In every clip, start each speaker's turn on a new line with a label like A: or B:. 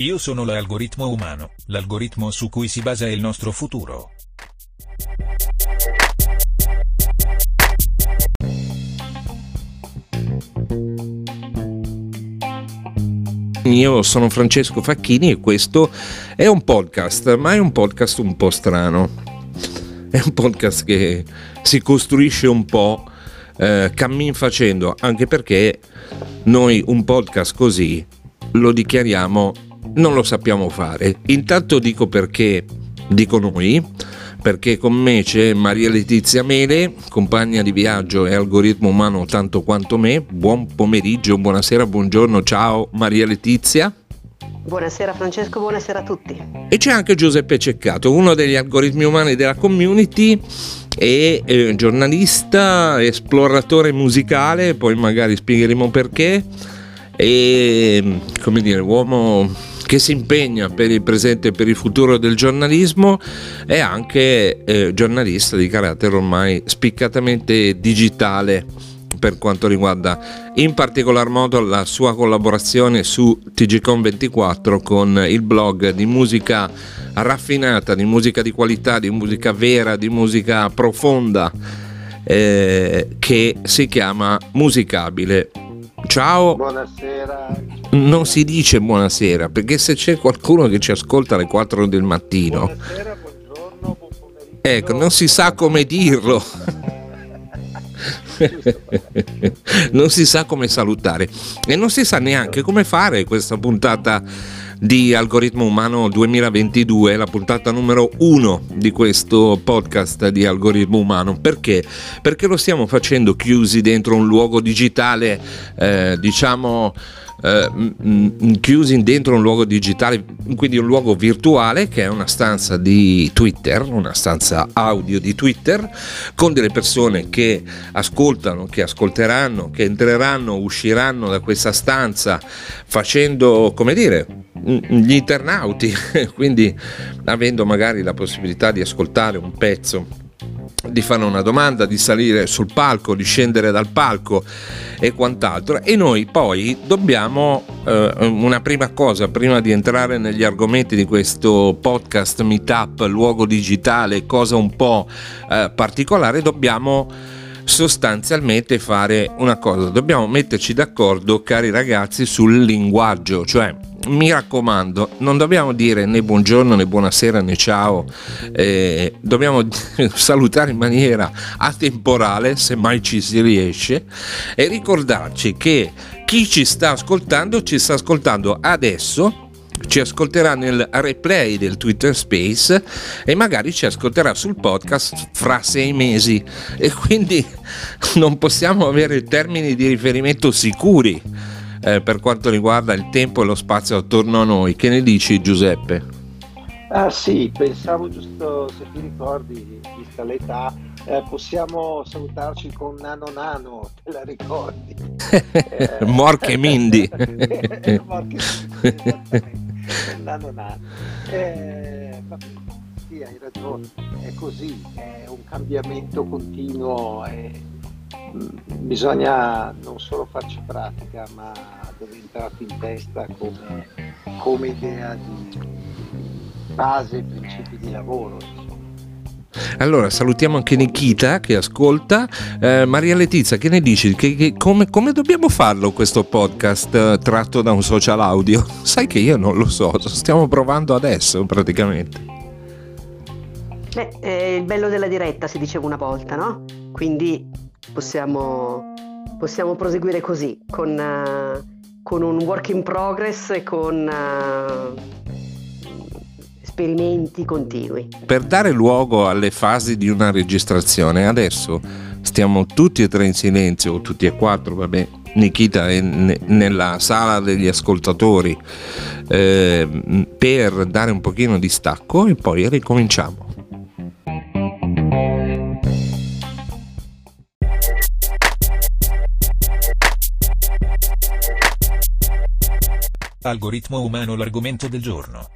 A: Io sono l'algoritmo umano, l'algoritmo su cui si basa il nostro futuro.
B: Io sono Francesco Facchini e questo è un podcast, ma è un podcast un po' strano. È un podcast che si costruisce un po' cammin facendo, anche perché noi un podcast così lo dichiariamo, non lo sappiamo fare. Intanto dico noi, perché con me c'è Maria Letizia Mele, compagna di viaggio e algoritmo umano tanto quanto me. Buon pomeriggio, buonasera, buongiorno, ciao Maria Letizia.
C: Buonasera Francesco, buonasera a tutti.
B: E c'è anche Giuseppe Ceccato, uno degli algoritmi umani della community e giornalista, esploratore musicale, poi magari spiegheremo perché, e come dire, uomo che si impegna per il presente e per il futuro del giornalismo, e anche giornalista di carattere ormai spiccatamente digitale, per quanto riguarda in particolar modo la sua collaborazione su TGCon24 con il blog di musica raffinata, di musica di qualità, di musica vera, di musica profonda, che si chiama Musicabile. Ciao.
D: Buonasera.
B: Non si dice buonasera, perché se c'è qualcuno che ci ascolta alle 4 del mattino,
D: buonasera, buongiorno, buon pomeriggio,
B: ecco, non si sa come dirlo. Non si sa come salutare e non si sa neanche come fare questa puntata di Algoritmo Umano 2022, la puntata numero 1 di questo podcast di Algoritmo Umano. Perché? Perché lo stiamo facendo chiusi dentro un luogo digitale, chiusi dentro un luogo digitale, quindi un luogo virtuale che è una stanza di Twitter, una stanza audio di Twitter, con delle persone che ascoltano, che ascolteranno, che entreranno, usciranno da questa stanza facendo, come dire, gli internauti, quindi avendo magari la possibilità di ascoltare un pezzo, di fare una domanda, di salire sul palco, di scendere dal palco e quant'altro. E noi poi dobbiamo una prima cosa, prima di entrare negli argomenti di questo podcast meetup, luogo digitale, cosa un po' particolare, dobbiamo sostanzialmente fare una cosa: dobbiamo metterci d'accordo, cari ragazzi, sul linguaggio. Cioè, mi raccomando, non dobbiamo dire né buongiorno né buonasera né ciao, dobbiamo salutare in maniera atemporale, se mai ci si riesce, e ricordarci che chi ci sta ascoltando adesso, ci ascolterà nel replay del Twitter Space e magari ci ascolterà sul podcast fra 6 mesi, e quindi non possiamo avere termini di riferimento sicuri per quanto riguarda il tempo e lo spazio attorno a noi. Che ne dici, Giuseppe?
D: Ah sì, pensavo giusto, se ti ricordi, vista l'età, possiamo salutarci con Nano Nano, te la ricordi?
B: Morche Mindy.
D: Morche Mindy, esattamente. Nano Nano. Vabbè, sì, hai ragione, è così, è un cambiamento continuo e bisogna non solo farci pratica, ma deve entrarti in testa come idea di base e principi di lavoro.
B: Allora salutiamo anche Nikita che ascolta. Maria Letizia, che ne dici? Come dobbiamo farlo questo podcast tratto da un social audio? Sai che io non lo so, stiamo provando adesso praticamente.
C: È il bello della diretta, si diceva una volta, no? Quindi possiamo proseguire così, con un work in progress e con esperimenti continui.
B: Per dare luogo alle fasi di una registrazione, adesso stiamo tutti e tre in silenzio, o tutti e quattro, vabbè, Nikita è nella sala degli ascoltatori, per dare un pochino di stacco e poi ricominciamo.
A: Algoritmo umano, l'argomento del giorno.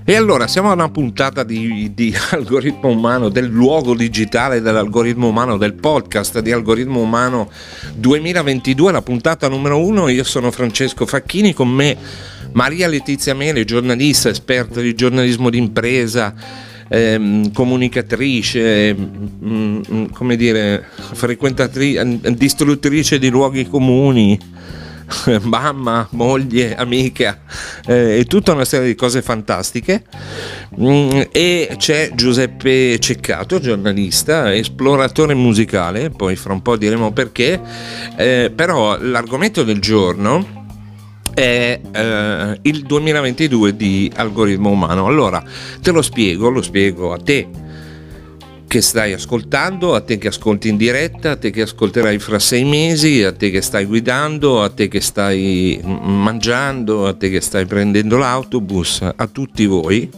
B: E allora siamo a una puntata di Algoritmo Umano, del luogo digitale dell'algoritmo umano, del podcast di Algoritmo Umano 2022, la puntata numero 1. Io sono Francesco Facchini, con me Maria Letizia Mele, giornalista, esperta di giornalismo d'impresa, comunicatrice, come dire, frequentatrice, distruttrice di luoghi comuni, mamma, moglie, amica, e tutta una serie di cose fantastiche. E c'è Giuseppe Ceccato, giornalista, esploratore musicale, poi fra un po' diremo perché, però l'argomento del giorno è il 2022 di Algoritmo Umano. Allora te lo spiego a te che stai ascoltando, a te che ascolti in diretta, a te che ascolterai fra 6 mesi, a te che stai guidando, a te che stai mangiando, a te che stai prendendo l'autobus, a tutti voi.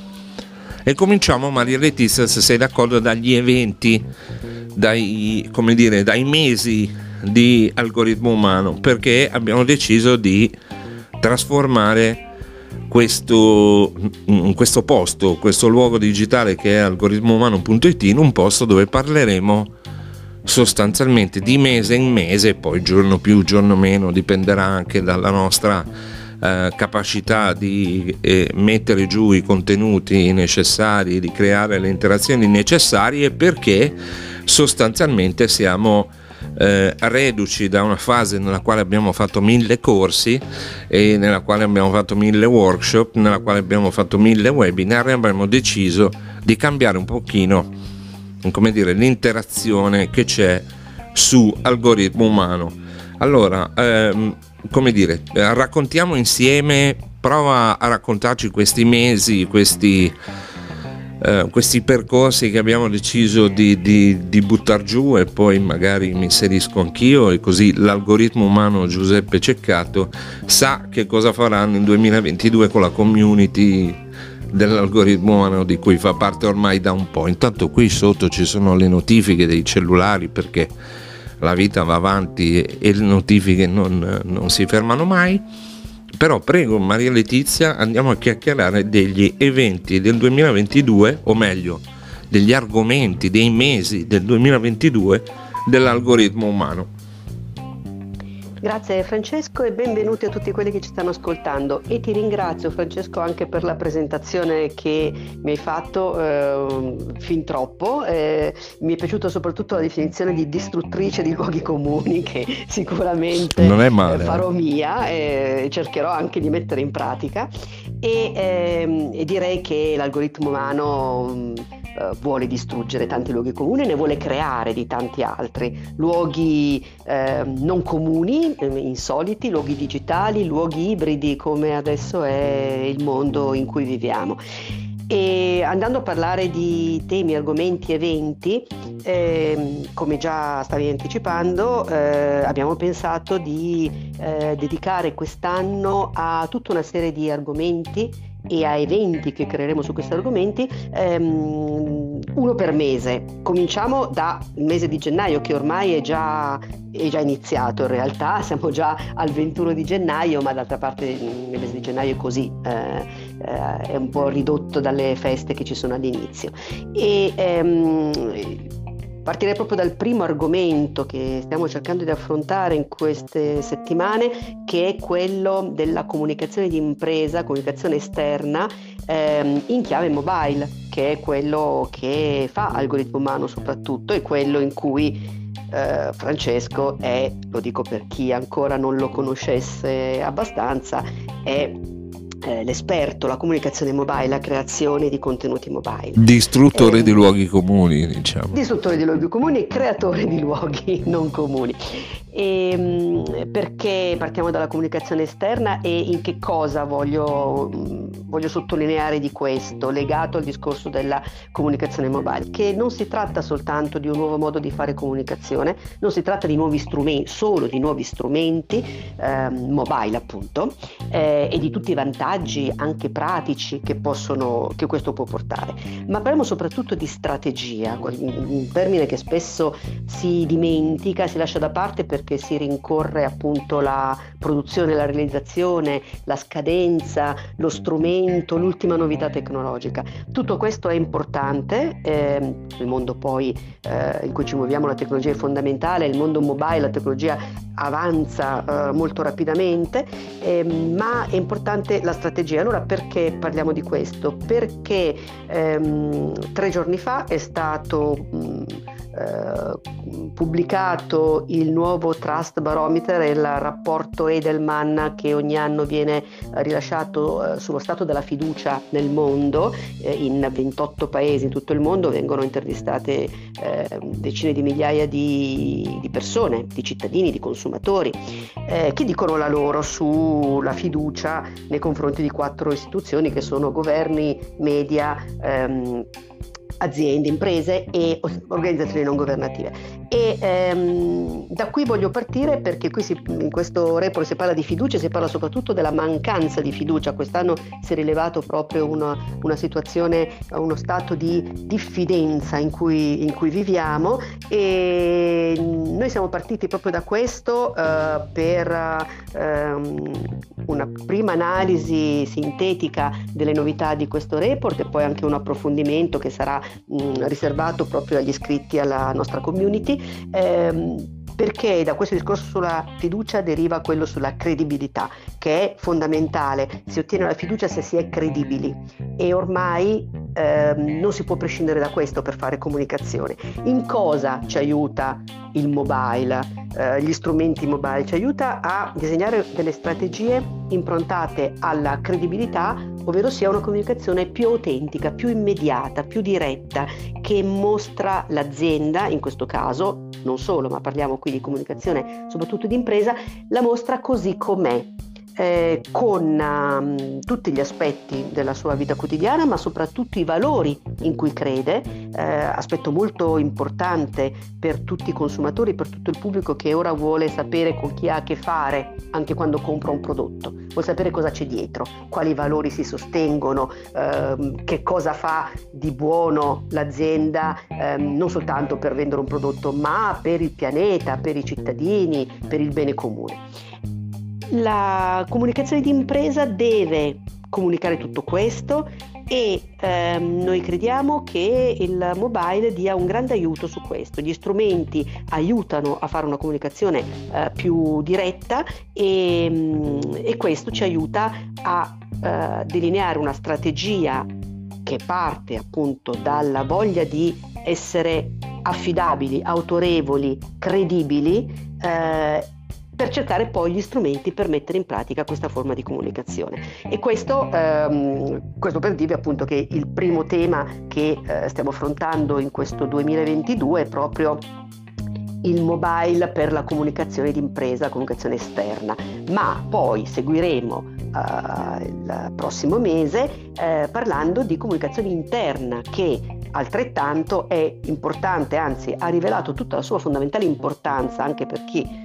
B: E cominciamo, Maria Letizia, se sei d'accordo, dagli eventi, dai mesi di Algoritmo Umano, perché abbiamo deciso di trasformare questo posto, questo luogo digitale che è algoritmoumano.it, in un posto dove parleremo sostanzialmente di mese in mese, poi giorno più, giorno meno, dipenderà anche dalla nostra capacità di mettere giù i contenuti necessari, di creare le interazioni necessarie, perché sostanzialmente siamo reduci da una fase nella quale abbiamo fatto 1000 corsi e nella quale abbiamo fatto 1000 workshop, nella quale abbiamo fatto 1000 webinar, e abbiamo deciso di cambiare un pochino, come dire, l'interazione che c'è su Algoritmo Umano. Allora, come dire, raccontiamo insieme, prova a raccontarci questi mesi, questi percorsi che abbiamo deciso di buttar giù, e poi magari mi inserisco anch'io, e così l'algoritmo umano Giuseppe Ceccato sa che cosa faranno nel 2022 con la community dell'algoritmo umano di cui fa parte ormai da un po'. Intanto qui sotto ci sono le notifiche dei cellulari, perché la vita va avanti e le notifiche non si fermano mai. Però prego, Maria Letizia, andiamo a chiacchierare degli eventi del 2022, o meglio degli argomenti dei mesi del 2022 dell'algoritmo umano.
C: Grazie Francesco e benvenuti a tutti quelli che ci stanno ascoltando, e ti ringrazio Francesco anche per la presentazione che mi hai fatto fin troppo. Mi è piaciuta soprattutto la definizione di distruttrice di luoghi comuni, che sicuramente
B: non è male,
C: farò mia e cercherò anche di mettere in pratica, e direi che l'algoritmo umano vuole distruggere tanti luoghi comuni, ne vuole creare di tanti altri, luoghi non comuni, insoliti, luoghi digitali, luoghi ibridi, come adesso è il mondo in cui viviamo. E andando a parlare di temi, argomenti, eventi, come già stavi anticipando, abbiamo pensato di dedicare quest'anno a tutta una serie di argomenti e a eventi che creeremo su questi argomenti, uno per mese. Cominciamo dal mese di gennaio, che ormai è già iniziato. In realtà siamo già al 21 di gennaio, ma d'altra parte il mese di gennaio è così, è un po' ridotto dalle feste che ci sono all'inizio. E partirei proprio dal primo argomento che stiamo cercando di affrontare in queste settimane, che è quello della comunicazione di impresa, comunicazione esterna in chiave mobile, che è quello che fa Algoritmo Umano soprattutto, e quello in cui Francesco è, lo dico per chi ancora non lo conoscesse abbastanza, è l'esperto, la comunicazione mobile, la creazione di contenuti mobile.
B: Distruttore di luoghi comuni, diciamo.
C: Distruttore di luoghi comuni, creatore di luoghi non comuni. Perché partiamo dalla comunicazione esterna e in che cosa voglio sottolineare di questo, legato al discorso della comunicazione mobile, che non si tratta soltanto di un nuovo modo di fare comunicazione, non si tratta di nuovi strumenti, solo di nuovi strumenti mobile appunto, e di tutti i vantaggi anche pratici che questo può portare, ma parliamo soprattutto di strategia, un termine che spesso si dimentica, si lascia da parte, perché perché si rincorre appunto la produzione, la realizzazione, la scadenza, lo strumento, l'ultima novità tecnologica. Tutto questo è importante, il mondo poi in cui ci muoviamo, la tecnologia è fondamentale, il mondo mobile, la tecnologia avanza molto rapidamente, ma è importante la strategia. Allora perché parliamo di questo? Perché 3 giorni fa è stato pubblicato il nuovo Trust Barometer, il rapporto Edelman che ogni anno viene rilasciato sullo stato della fiducia nel mondo. In 28 paesi in tutto il mondo vengono intervistate decine di migliaia di persone, di cittadini, di consumatori, che dicono la loro sulla fiducia nei confronti di 4 istituzioni che sono governi, media, aziende, imprese e organizzazioni non governative. E da qui voglio partire, perché qui in questo report si parla di fiducia, si parla soprattutto della mancanza di fiducia. Quest'anno si è rilevato proprio una situazione, uno stato di diffidenza in cui viviamo, e noi siamo partiti proprio da questo per una prima analisi sintetica delle novità di questo report e poi anche un approfondimento che sarà riservato proprio agli iscritti alla nostra community, perché da questo discorso sulla fiducia deriva quello sulla credibilità, che è fondamentale. Si ottiene la fiducia se si è credibili, e ormai non si può prescindere da questo per fare comunicazione. In cosa ci aiuta il mobile? Gli strumenti mobile ci aiuta a disegnare delle strategie improntate alla credibilità, ovvero sia una comunicazione più autentica, più immediata, più diretta, che mostra l'azienda, in questo caso non solo, ma parliamo qui di comunicazione soprattutto di impresa, la mostra così com'è, con tutti gli aspetti della sua vita quotidiana, ma soprattutto i valori in cui crede, aspetto molto importante per tutti i consumatori, per tutto il pubblico che ora vuole sapere con chi ha a che fare anche quando compra un prodotto, vuole sapere cosa c'è dietro, quali valori si sostengono, che cosa fa di buono l'azienda, non soltanto per vendere un prodotto, ma per il pianeta, per i cittadini, per il bene comune. La comunicazione di impresa deve comunicare tutto questo, e noi crediamo che il mobile dia un grande aiuto su questo. Gli strumenti aiutano a fare una comunicazione più diretta, e questo ci aiuta a delineare una strategia che parte appunto dalla voglia di essere affidabili, autorevoli, credibili, per cercare poi gli strumenti per mettere in pratica questa forma di comunicazione. E questo per dirvi appunto che il primo tema che stiamo affrontando in questo 2022 è proprio il mobile per la comunicazione d'impresa, la comunicazione esterna, ma poi seguiremo il prossimo mese parlando di comunicazione interna, che altrettanto è importante, anzi ha rivelato tutta la sua fondamentale importanza anche per chi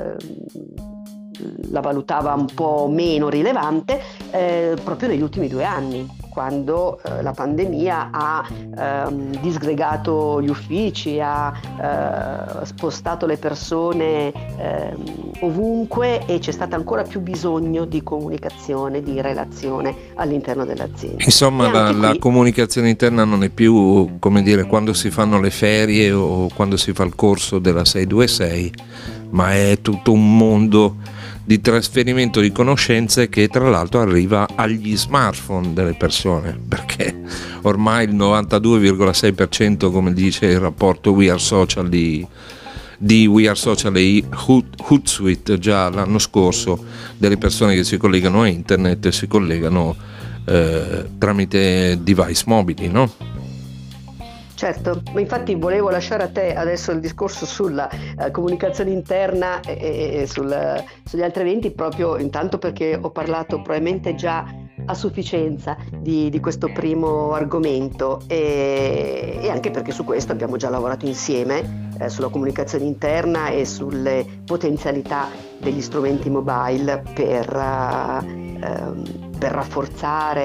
C: la valutava un po' meno rilevante proprio negli ultimi 2 anni, quando la pandemia ha disgregato gli uffici, ha spostato le persone ovunque, e c'è stato ancora più bisogno di comunicazione, di relazione all'interno dell'azienda.
B: Insomma, la comunicazione interna non è più, come dire, quando si fanno le ferie o quando si fa il corso della 626, ma è tutto un mondo di trasferimento di conoscenze che tra l'altro arriva agli smartphone delle persone, perché ormai il 92,6%, come dice il rapporto We Are Social di We Are Social e Hootsuite già l'anno scorso, delle persone che si collegano a internet si collegano tramite device mobili, no?
C: Certo, ma infatti volevo lasciare a te adesso il discorso sulla comunicazione interna e sugli altri eventi, proprio intanto perché ho parlato probabilmente già a sufficienza di questo primo argomento, e anche perché su questo abbiamo già lavorato insieme, sulla comunicazione interna e sulle potenzialità degli strumenti mobile per rafforzare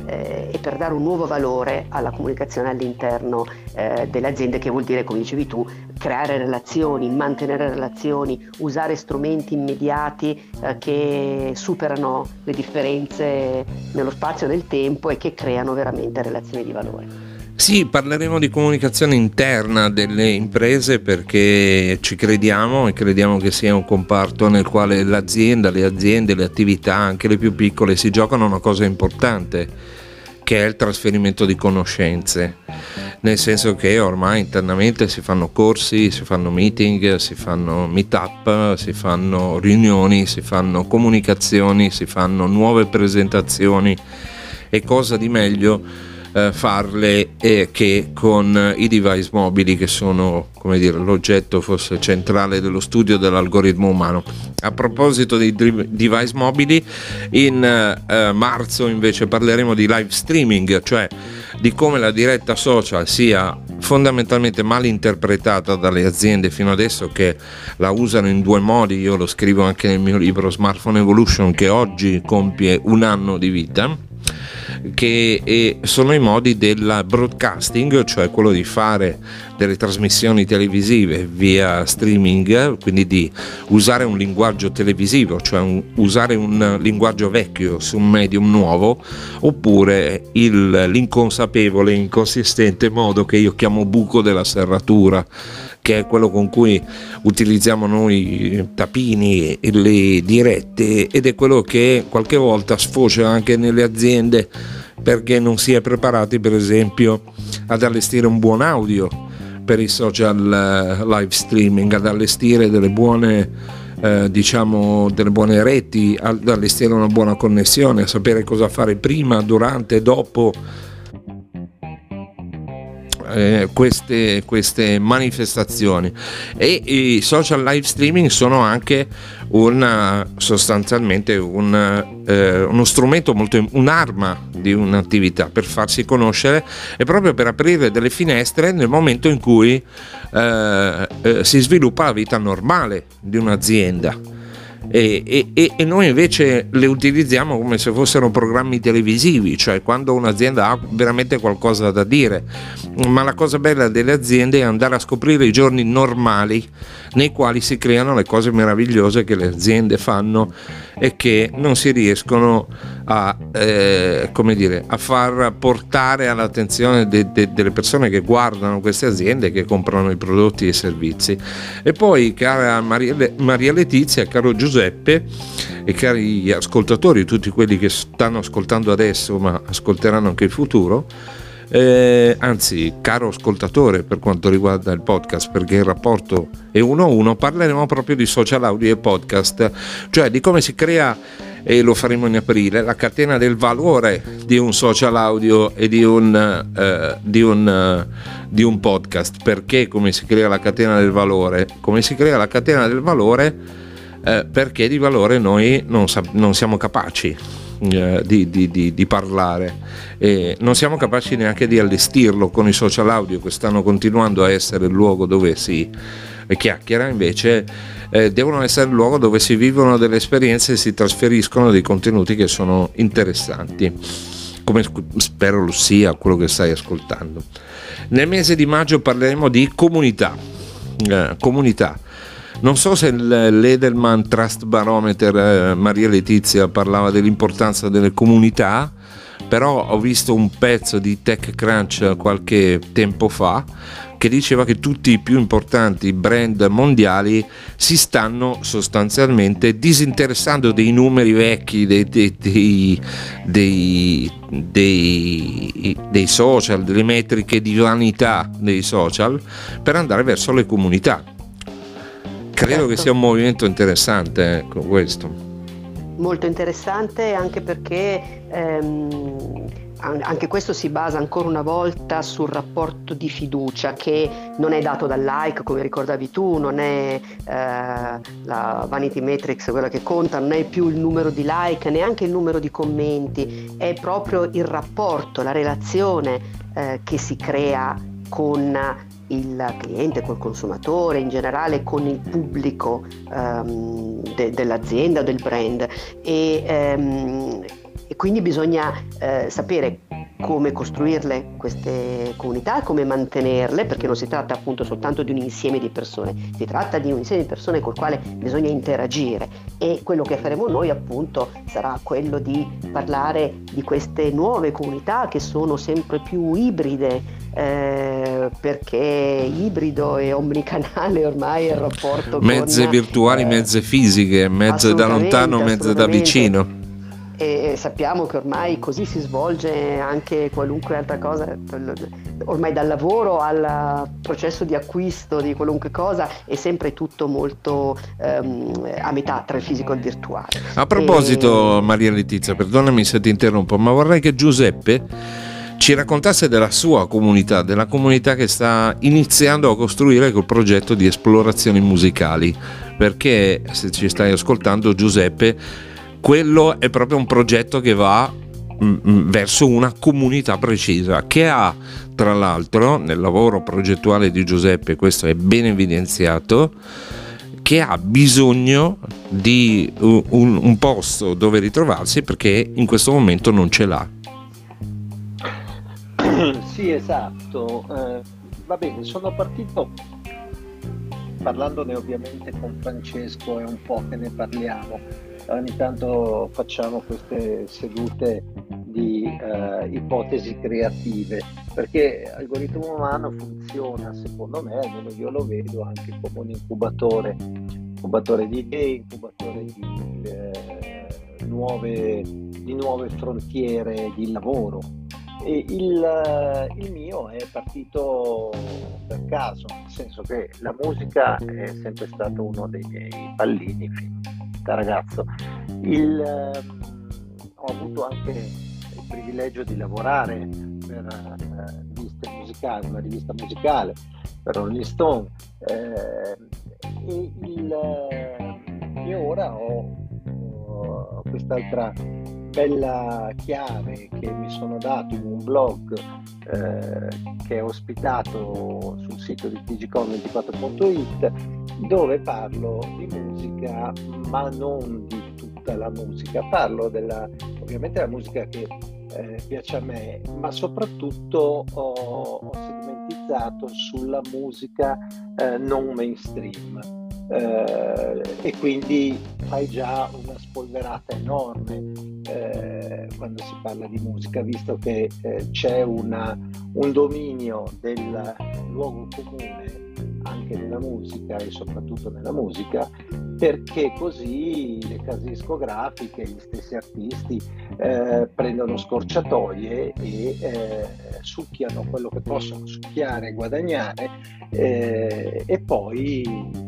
C: e per dare un nuovo valore alla comunicazione all'interno delle aziende, che vuol dire, come dicevi tu, creare relazioni, mantenere relazioni, usare strumenti immediati che superano le differenze nello spazio e nel tempo e che creano veramente relazioni di valore.
B: Sì, parleremo di comunicazione interna delle imprese perché ci crediamo e crediamo che sia un comparto nel quale l'azienda, le aziende, le attività, anche le più piccole, si giocano una cosa importante, che è il trasferimento di conoscenze, nel senso che ormai internamente si fanno corsi, si fanno meeting, si fanno meetup, si fanno riunioni, si fanno comunicazioni, si fanno nuove presentazioni, e cosa di meglio farle che con i device mobili, che sono, come dire, l'oggetto forse centrale dello studio dell'algoritmo umano. A proposito dei device mobili, in marzo invece parleremo di live streaming, cioè di come la diretta social sia fondamentalmente mal interpretata dalle aziende fino adesso, che la usano in due modi. Io lo scrivo anche nel mio libro Smartphone Evolution, che oggi compie 1 anno di vita, che sono i modi del broadcasting, cioè quello di fare delle trasmissioni televisive via streaming, quindi di usare un linguaggio televisivo, cioè usare un linguaggio vecchio su un medium nuovo, oppure l'inconsapevole, inconsistente modo che io chiamo buco della serratura, che è quello con cui utilizziamo noi tapini e le dirette, ed è quello che qualche volta sfocia anche nelle aziende perché non si è preparati, per esempio, ad allestire un buon audio per i social live streaming, ad allestire delle buone delle buone reti, ad allestire una buona connessione, a sapere cosa fare prima, durante e dopo queste manifestazioni. E i social live streaming sono anche sostanzialmente uno strumento, un'arma di un'attività per farsi conoscere, e proprio per aprire delle finestre nel momento in cui si sviluppa la vita normale di un'azienda. E noi invece le utilizziamo come se fossero programmi televisivi, cioè quando un'azienda ha veramente qualcosa da dire. Ma la cosa bella delle aziende è andare a scoprire i giorni normali nei quali si creano le cose meravigliose che le aziende fanno e che non si riescono a far portare all'attenzione delle persone che guardano queste aziende, che comprano i prodotti e i servizi. E poi, cara Maria Letizia, caro Giuseppe e cari ascoltatori, tutti quelli che stanno ascoltando adesso ma ascolteranno anche in futuro, anzi caro ascoltatore per quanto riguarda il podcast, perché il rapporto è 1-1, parleremo proprio di social audio e podcast, cioè di come si crea, e lo faremo in aprile, la catena del valore di un social audio e di un podcast. Perché come si crea la catena del valore? Come si crea la catena del valore? Perché di valore noi non siamo capaci di parlare, e non siamo capaci neanche di allestirlo con i social audio, che stanno continuando a essere il luogo dove si chiacchiera. Invece devono essere il luogo dove si vivono delle esperienze e si trasferiscono dei contenuti che sono interessanti, come spero lo sia quello che stai ascoltando. Nel mese di maggio parleremo di comunità. Non so se l'Edelman Trust Barometer, Maria Letizia parlava dell'importanza delle comunità, però ho visto un pezzo di TechCrunch qualche tempo fa che diceva che tutti i più importanti brand mondiali si stanno sostanzialmente disinteressando dei numeri vecchi, dei social, delle metriche di vanità dei social, per andare verso le comunità. Credo che sia un movimento interessante, questo.
C: Molto interessante, anche perché anche questo si basa ancora una volta sul rapporto di fiducia, che non è dato dal like, come ricordavi tu, non è la vanity metrics quella che conta, non è più il numero di like, neanche il numero di commenti, è proprio il rapporto, la relazione che si crea con il cliente, col consumatore, in generale con il pubblico dell'azienda o del brand, E quindi bisogna sapere come costruirle queste comunità, come mantenerle, perché non si tratta appunto soltanto di un insieme di persone, si tratta di un insieme di persone col quale bisogna interagire, e quello che faremo noi appunto sarà quello di parlare di queste nuove comunità che sono sempre più ibride, perché ibrido e omnicanale ormai è il rapporto
B: mezze
C: con,
B: virtuali, mezze fisiche, mezze da lontano, mezze da vicino.
C: E sappiamo che ormai così si svolge anche qualunque altra cosa, ormai dal lavoro al processo di acquisto di qualunque cosa è sempre tutto molto a metà tra il fisico e il virtuale.
B: A proposito, Maria Letizia, perdonami se ti interrompo, ma vorrei che Giuseppe ci raccontasse della sua comunità, della comunità che sta iniziando a costruire col progetto di esplorazioni musicali, perché se ci stai ascoltando, Giuseppe, quello è proprio un progetto che va verso una comunità precisa, che ha, tra l'altro, nel lavoro progettuale di Giuseppe, questo è ben evidenziato, che ha bisogno di un posto dove ritrovarsi, perché in questo momento non ce l'ha.
D: Sì, esatto. Va bene, sono partito parlandone ovviamente con Francesco, è un po' che ne parliamo. Ogni tanto facciamo queste sedute di ipotesi creative, perché Algoritmo Umano funziona, secondo me, almeno io lo vedo, anche come un incubatore di idee, incubatore di nuove frontiere di lavoro. E il mio è partito per caso, nel senso che la musica è sempre stato uno dei miei pallini fin da ragazzo. Ho avuto anche il privilegio di lavorare per una rivista musicale per Rolling Stone, e ora ho quest'altra bella chiave che mi sono dato in un blog che è ospitato sul sito di tgcom24.it, dove parlo di musica, ma non di tutta la musica. Parlo ovviamente della musica che piace a me, ma soprattutto ho segmentizzato sulla musica non mainstream. E quindi fai già una spolverata enorme quando si parla di musica, visto che c'è un dominio del luogo comune anche nella musica e soprattutto nella musica, perché così le case discografiche, gli stessi artisti prendono scorciatoie e succhiano quello che possono succhiare e guadagnare, e poi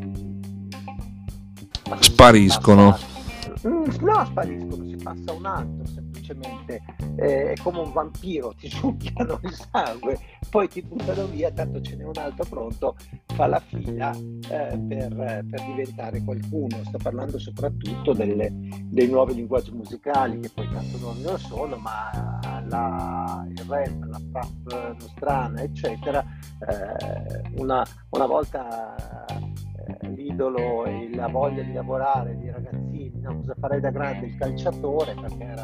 B: spariscono.
D: Spariscono, si passa un altro, semplicemente è come un vampiro, ti succhiano il sangue, poi ti buttano via, tanto ce n'è un altro pronto, fa la fila per diventare qualcuno. Sto parlando soprattutto dei nuovi linguaggi musicali, che poi tanto nuovi non sono, ma il rap, la trap nostrana, eccetera. Una volta l'idolo e la voglia di lavorare di ragazzini, no? Cosa farei da grande? Il calciatore, perché era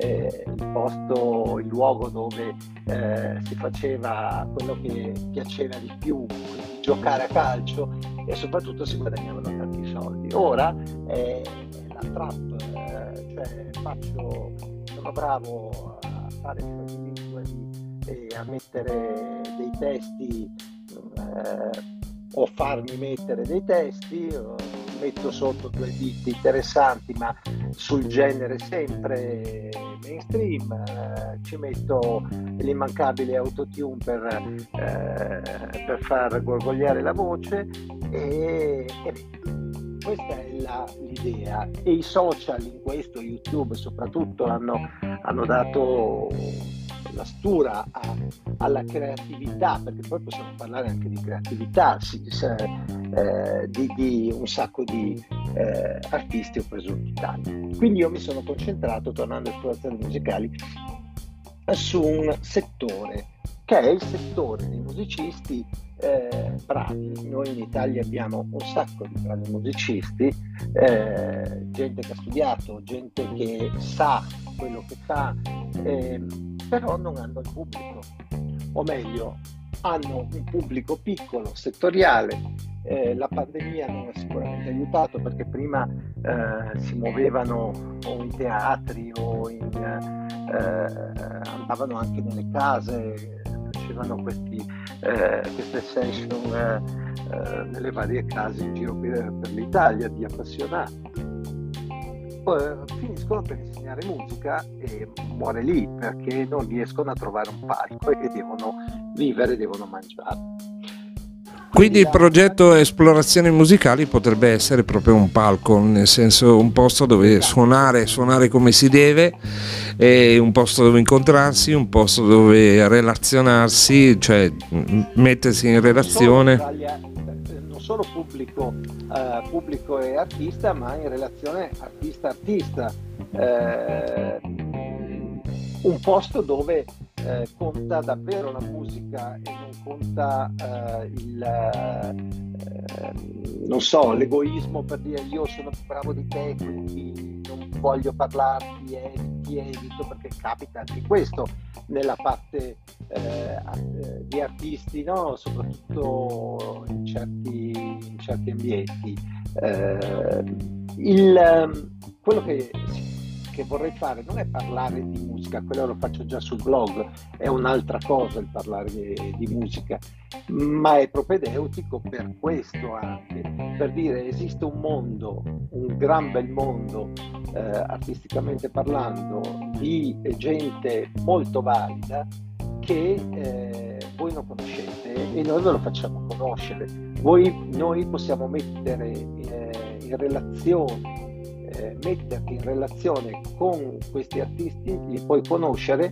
D: il luogo dove si faceva quello che piaceva di più, quindi giocare a calcio, e soprattutto si guadagnavano tanti soldi. Ora è la trap, cioè sono bravo a fare e a mettere dei testi, o farmi mettere dei testi, metto sotto 2 beat interessanti ma sul genere sempre mainstream, ci metto l'immancabile autotune per far gorgogliare la voce, e questa è l'idea. E i social, in questo YouTube soprattutto, hanno dato la stura alla creatività, perché poi possiamo parlare anche di creatività, di un sacco di artisti o presunti tali. Quindi io mi sono concentrato, tornando alle esplorazioni musicali, su un settore che è il settore dei musicisti bravi. Noi in Italia abbiamo un sacco di bravi musicisti, gente che ha studiato, gente che sa quello che fa, però non hanno il pubblico, o meglio, hanno un pubblico piccolo, settoriale. La pandemia non ha sicuramente aiutato, perché prima si muovevano o in teatri o andavano anche nelle case, facevano queste session nelle varie case in giro per l'Italia di appassionati. Finiscono per insegnare musica e muore lì, perché non riescono a trovare un palco e devono vivere, devono mangiare.
B: Quindi il progetto Esplorazioni Musicali potrebbe essere proprio un palco, nel senso un posto dove suonare come si deve, e un posto dove incontrarsi, un posto dove relazionarsi, cioè mettersi in relazione.
D: Non solo pubblico e artista, ma in relazione artista-artista. Un posto dove conta davvero la musica e non conta non so, l'egoismo, per dire io sono più bravo di te, quindi non voglio parlarti, ti evito, perché capita anche questo nella parte di artisti, no? Soprattutto in certi ambienti. Quello che vorrei fare non è parlare di musica, quello lo faccio già sul blog, è un'altra cosa il parlare di musica, ma è propedeutico per questo, anche per dire esiste un mondo, un gran bel mondo artisticamente parlando, di gente molto valida che voi non conoscete e noi ve lo facciamo conoscere. Noi possiamo mettere in relazione, metterti in relazione con questi artisti, li puoi conoscere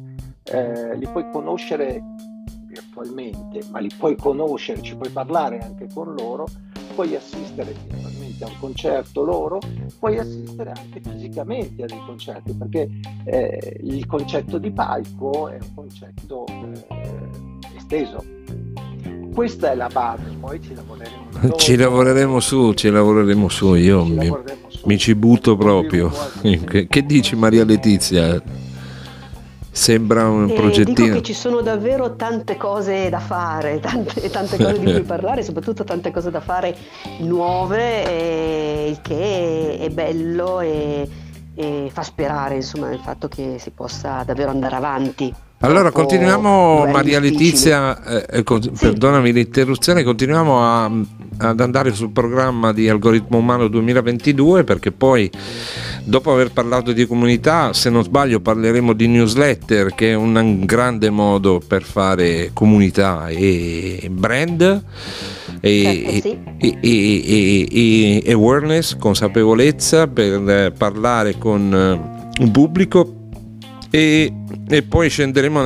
D: virtualmente, ma li puoi conoscere, ci puoi parlare anche con loro, puoi assistere virtualmente a un concerto loro, puoi assistere anche fisicamente a dei concerti, perché il concetto di palco è un concetto esteso. Questa è la base, poi ci lavoreremo su. Io mi ci butto proprio. Che dici, Maria Letizia? Sembra un progettino.
C: Dico che ci sono davvero tante cose da fare, tante cose di cui parlare, soprattutto tante cose da fare nuove, il che è bello e fa sperare, insomma, nel fatto che si possa davvero andare avanti.
B: Allora continuiamo, Maria Letizia, perdonami l'interruzione, continuiamo ad andare sul programma di Algoritmo Umano 2022, perché poi dopo aver parlato di comunità, se non sbaglio parleremo di newsletter, che è un grande modo per fare comunità e brand e awareness, consapevolezza, per parlare con un pubblico. E poi scenderemo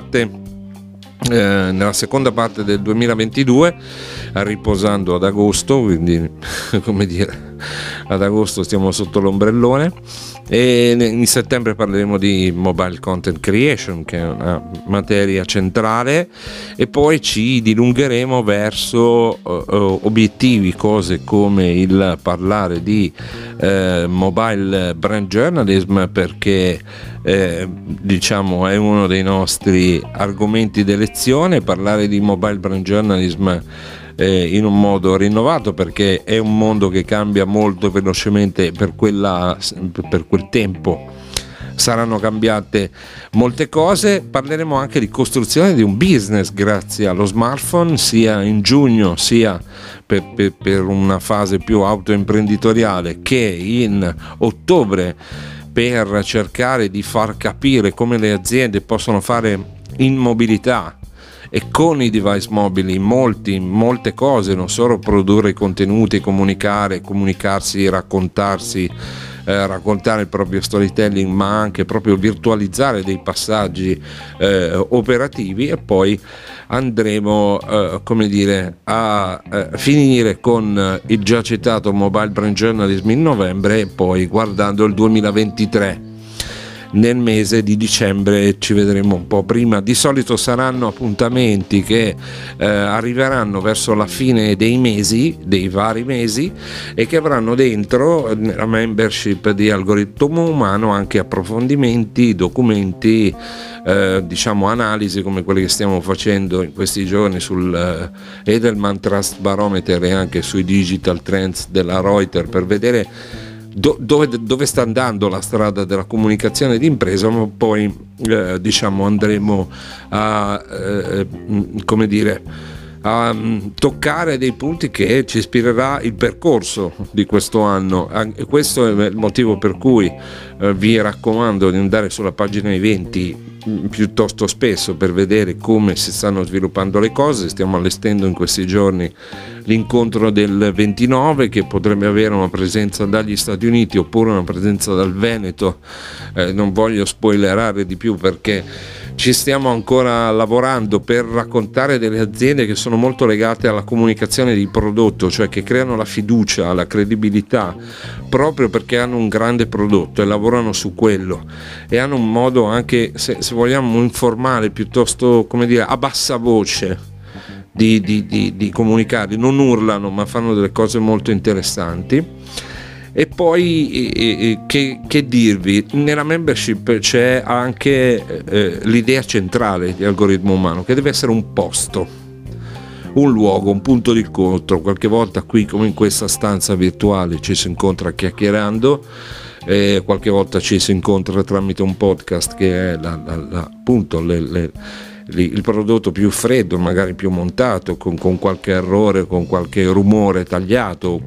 B: nella seconda parte del 2022, riposando ad agosto, quindi come dire, ad agosto stiamo sotto l'ombrellone, e in settembre parleremo di mobile content creation, che è una materia centrale, e poi ci dilungheremo verso obiettivi, cose come il parlare di mobile brand journalism, perché diciamo è uno dei nostri argomenti d'elezione, parlare di mobile brand journalism in un modo rinnovato, perché è un mondo che cambia molto velocemente. Per quel tempo saranno cambiate molte cose. Parleremo anche di costruzione di un business grazie allo smartphone, sia in giugno sia per una fase più autoimprenditoriale, che in ottobre, per cercare di far capire come le aziende possono fare in mobilità e con i device mobili molte cose, non solo produrre i contenuti, comunicarsi, raccontarsi, raccontare il proprio storytelling, ma anche proprio virtualizzare dei passaggi operativi. E poi andremo a finire con il già citato Mobile Brand Journalism in novembre, e poi guardando il 2023. nel mese di dicembre ci vedremo un po' prima. Di solito saranno appuntamenti che arriveranno verso la fine dei vari mesi, e che avranno dentro la membership di Algoritmo Umano anche approfondimenti, documenti, diciamo analisi come quelle che stiamo facendo in questi giorni sul Edelman Trust Barometer e anche sui digital trends della Reuters, per vedere dove sta andando la strada della comunicazione d'impresa, ma poi diciamo andremo a come dire, a toccare dei punti che ci ispirerà il percorso di questo anno. Questo è il motivo per cui vi raccomando di andare sulla pagina eventi piuttosto spesso per vedere come si stanno sviluppando le cose. Stiamo allestendo in questi giorni l'incontro del 29, che potrebbe avere una presenza dagli Stati Uniti oppure una presenza dal Veneto. Non voglio spoilerare di più perché ci stiamo ancora lavorando per raccontare delle aziende che sono molto legate alla comunicazione di prodotto, cioè che creano la fiducia, la credibilità, proprio perché hanno un grande prodotto e lavorano su quello, e hanno un modo anche, se vogliamo, informale, piuttosto, come dire, a bassa voce di comunicare. Non urlano, ma fanno delle cose molto interessanti. E poi che dirvi, nella membership c'è anche l'idea centrale di Algoritmo Umano, che deve essere un posto, un luogo, un punto di incontro. Qualche volta qui, come in questa stanza virtuale, ci si incontra chiacchierando, qualche volta ci si incontra tramite un podcast che è appunto il prodotto più freddo, magari più montato, con qualche errore, con qualche rumore tagliato,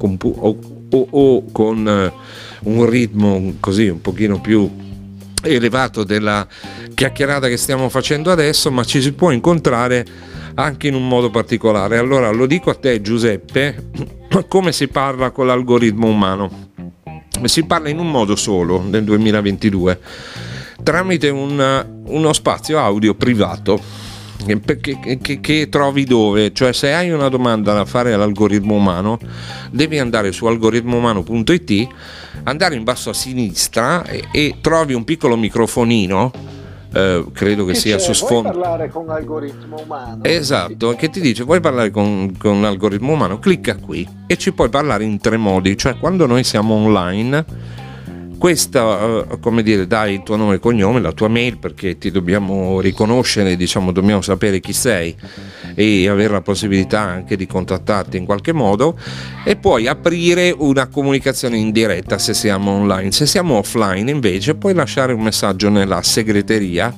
B: o con un ritmo così un pochino più elevato della chiacchierata che stiamo facendo adesso, ma ci si può incontrare anche in un modo particolare. Allora lo dico a te, Giuseppe, come si parla con l'algoritmo umano? Si parla in un modo solo nel 2022, tramite uno spazio audio privato che trovi dove, cioè se hai una domanda da fare all'algoritmo umano devi andare su algoritmoumano.it, andare in basso a sinistra e trovi un piccolo microfonino, credo che sia su sfondo.
D: Vuoi parlare con l'algoritmo umano?
B: Esatto, che ti dice vuoi parlare con l'algoritmo umano, clicca qui e ci puoi parlare in 3 modi. Cioè, quando noi siamo online, questa, come dire, dai il tuo nome e cognome, la tua mail, perché ti dobbiamo riconoscere, diciamo, dobbiamo sapere chi sei e avere la possibilità anche di contattarti in qualche modo, e puoi aprire una comunicazione in diretta se siamo online. Se siamo offline invece puoi lasciare un messaggio nella segreteria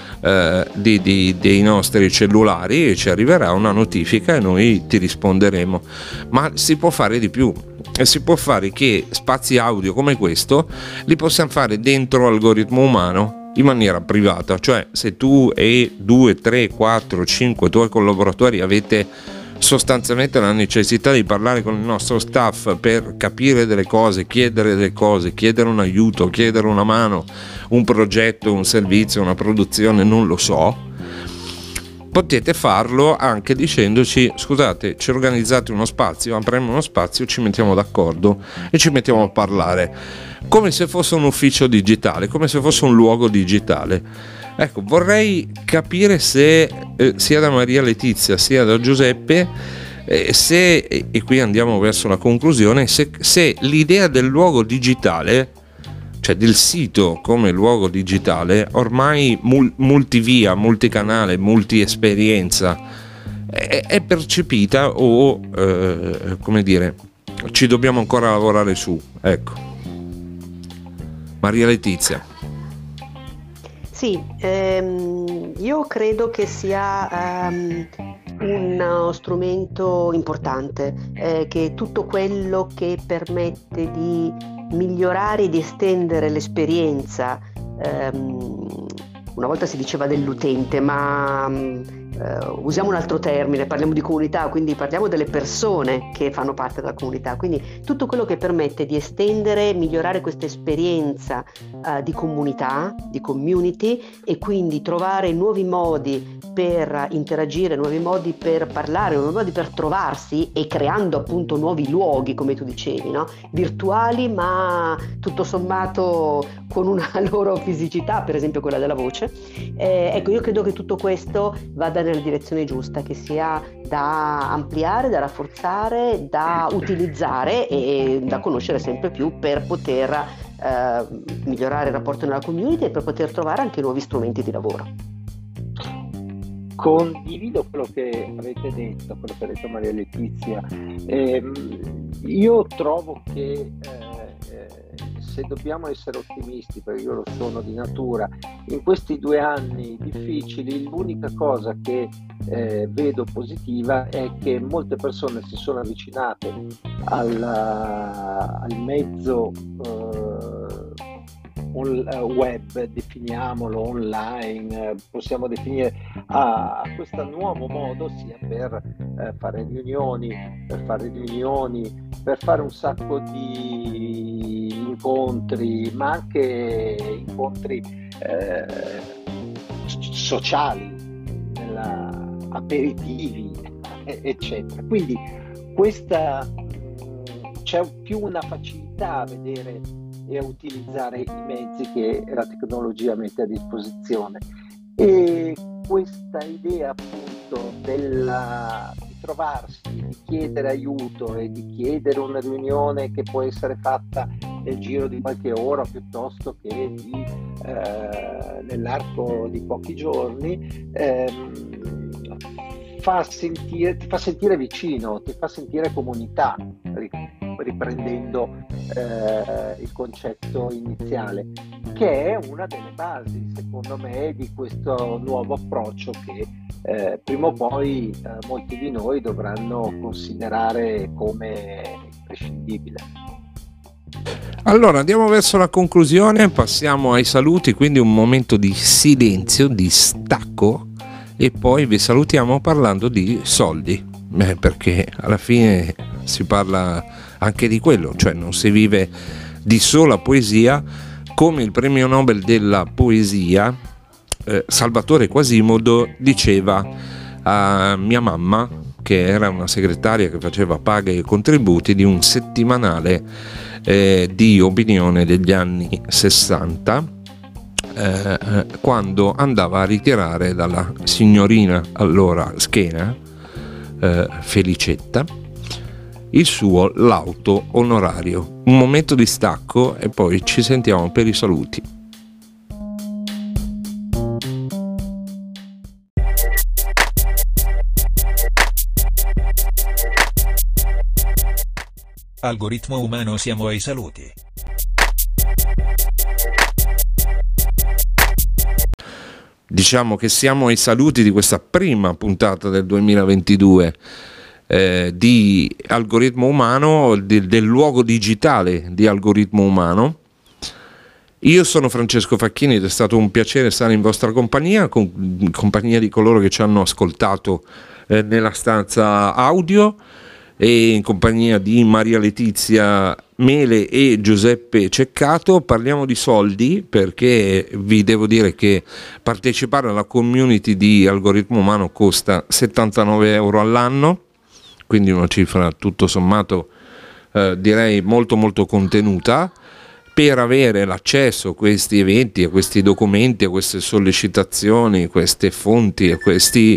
B: dei nostri cellulari e ci arriverà una notifica e noi ti risponderemo. Ma si può fare di più, e si può fare che spazi audio come questo li possiamo fare dentro Algoritmo Umano in maniera privata. Cioè, se tu e 2, 3, 4, 5 tuoi collaboratori avete sostanzialmente la necessità di parlare con il nostro staff per capire delle cose, chiedere delle cose, chiedere un aiuto, chiedere una mano, un progetto, un servizio, una produzione, non lo so, potete farlo anche dicendoci: scusate, ci organizzate uno spazio, apriamo uno spazio, ci mettiamo d'accordo e ci mettiamo a parlare, come se fosse un ufficio digitale, come se fosse un luogo digitale. Ecco, vorrei capire se sia da Maria Letizia sia da Giuseppe, e qui andiamo verso la conclusione, se l'idea del luogo digitale, cioè del sito come luogo digitale, ormai multivia, multicanale, multiesperienza, è percepita o come dire, ci dobbiamo ancora lavorare su. Ecco, Maria Letizia.
C: Sì, io credo che sia uno strumento importante, che tutto quello che permette di migliorare e di estendere l'esperienza, una volta si diceva dell'utente, ma usiamo un altro termine, parliamo di comunità, quindi parliamo delle persone che fanno parte della comunità, quindi tutto quello che permette di estendere, migliorare questa esperienza di comunità, di community, e quindi trovare nuovi modi per interagire, nuovi modi per parlare, nuovi modi per trovarsi, e creando appunto nuovi luoghi, come tu dicevi, no? Virtuali ma tutto sommato con una loro fisicità, per esempio quella della voce. Ecco, io credo che tutto questo vada nella direzione giusta, che sia da ampliare, da rafforzare, da utilizzare e da conoscere sempre più per poter migliorare il rapporto nella community e per poter trovare anche nuovi strumenti di lavoro.
D: Condivido quello che avete detto, quello che ha detto Maria Letizia. Io trovo che se dobbiamo essere ottimisti, perché io lo sono di natura, in questi 2 anni difficili, l'unica cosa che vedo positiva è che molte persone si sono avvicinate al mezzo web, definiamolo, online, possiamo definire, a questo nuovo modo, sia per fare riunioni, per fare un sacco di incontri, ma anche incontri sociali, aperitivi, eccetera. Quindi c'è più una facilità a vedere e a utilizzare i mezzi che la tecnologia mette a disposizione, e questa idea appunto di trovarsi, di chiedere aiuto e di chiedere una riunione che può essere fatta nel giro di qualche ora piuttosto che nell'arco di pochi giorni, ti fa sentire vicino, ti fa sentire comunità, riprendendo il concetto iniziale, che è una delle basi, secondo me, di questo nuovo approccio che prima o poi molti di noi dovranno considerare come imprescindibile.
B: Allora andiamo verso la conclusione, passiamo ai saluti, quindi un momento di silenzio, di stacco, e poi vi salutiamo parlando di soldi, perché alla fine si parla anche di quello, cioè non si vive di sola poesia, come il premio Nobel della poesia Salvatore Quasimodo diceva a mia mamma, che era una segretaria che faceva paghe e contributi di un settimanale di opinione degli anni 60, quando andava a ritirare dalla signorina allora Schena, Felicetta, il suo lauto onorario. Un momento di stacco e poi ci sentiamo per i saluti.
A: Algoritmo umano, siamo ai saluti.
B: Diciamo che siamo ai saluti di questa prima puntata del 2022 di Algoritmo Umano, del luogo digitale di Algoritmo Umano. Io sono Francesco Facchini ed è stato un piacere stare in vostra compagnia, in compagnia di coloro che ci hanno ascoltato nella stanza audio, e in compagnia di Maria Letizia Mele e Giuseppe Ceccato. Parliamo di soldi, perché vi devo dire che partecipare alla community di Algoritmo Umano costa 79 euro all'anno, quindi una cifra tutto sommato direi molto molto contenuta. Per avere l'accesso a questi eventi, a questi documenti, a queste sollecitazioni, a queste fonti, a questi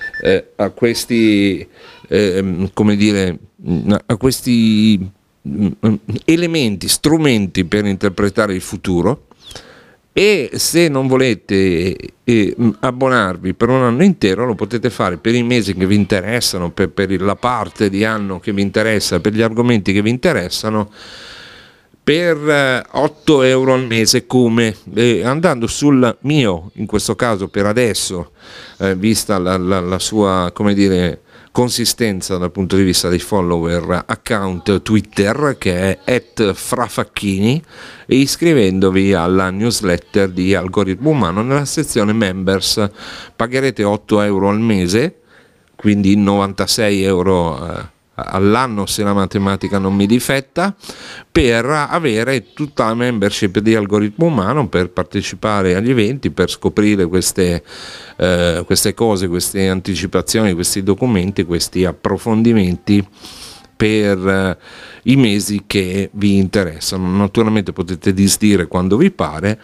B: come dire, a questi elementi, strumenti per interpretare il futuro. E se non volete abbonarvi per un anno intero, lo potete fare per i mesi che vi interessano, per la parte di anno che vi interessa, per gli argomenti che vi interessano, per 8 euro al mese, come andando sul mio, in questo caso per adesso, vista la sua, come dire, consistenza dal punto di vista dei follower account Twitter, che è @frafacchini, e iscrivendovi alla newsletter di Algoritmo Umano nella sezione members. Pagherete 8 euro al mese, quindi 96 euro all'anno se la matematica non mi difetta, per avere tutta la membership di Algoritmo Umano, per partecipare agli eventi, per scoprire queste cose, queste anticipazioni, questi documenti, questi approfondimenti per i mesi che vi interessano. Naturalmente potete disdire quando vi pare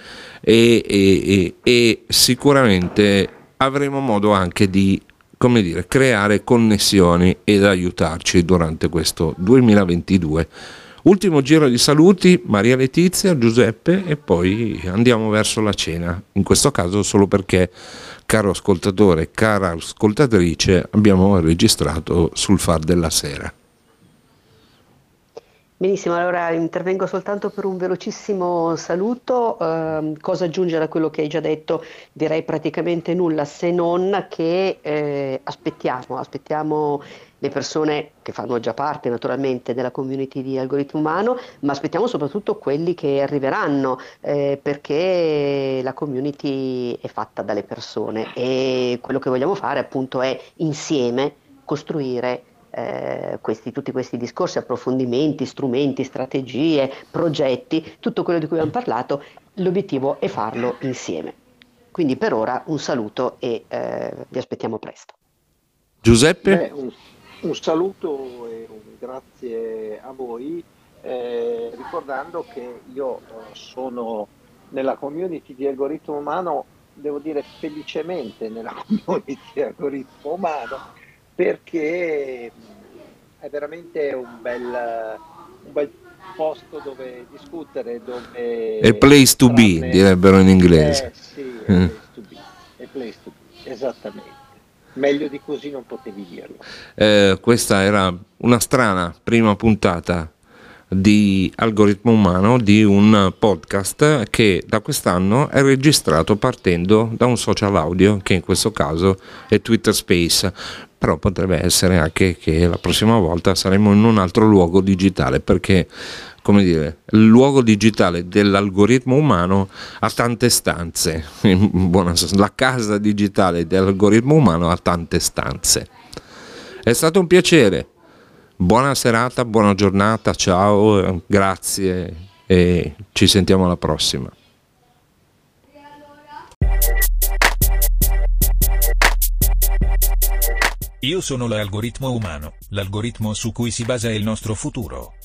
B: e sicuramente avremo modo anche di, come dire, creare connessioni ed aiutarci durante questo 2022. Ultimo giro di saluti, Maria Letizia, Giuseppe, e poi andiamo verso la cena. In questo caso solo perché, caro ascoltatore, cara ascoltatrice, abbiamo registrato sul Far della Sera.
C: Benissimo, allora intervengo soltanto per un velocissimo saluto. Cosa aggiungere a quello che hai già detto? Direi praticamente nulla, se non che aspettiamo le persone che fanno già parte naturalmente della community di Algoritmo Umano, ma aspettiamo soprattutto quelli che arriveranno, perché la community è fatta dalle persone e quello che vogliamo fare appunto è insieme costruire tutti questi discorsi, approfondimenti, strumenti, strategie, progetti, tutto quello di cui abbiamo parlato. L'obiettivo è farlo insieme. Quindi per ora un saluto e vi aspettiamo presto.
B: Giuseppe?
D: Un saluto e un grazie a voi, ricordando che io sono nella community di Algoritmo Umano, devo dire felicemente nella community di Algoritmo Umano, perché è veramente un bel posto dove discutere, dove...
B: A place to be, direbbero in inglese.
D: Sì, a place to be, esattamente. Meglio di così non potevi dirlo.
B: Questa era una strana prima puntata di Algoritmo Umano, di un podcast che da quest'anno è registrato partendo da un social audio, che in questo caso è Twitter Space, però potrebbe essere anche che la prossima volta saremo in un altro luogo digitale, perché, come dire, il luogo digitale dell'Algoritmo Umano ha tante stanze, la casa digitale dell'Algoritmo Umano ha tante stanze. È stato un piacere, buona serata, buona giornata, ciao, grazie e ci sentiamo alla prossima.
A: Io sono l'Algoritmo Umano, l'algoritmo su cui si basa il nostro futuro.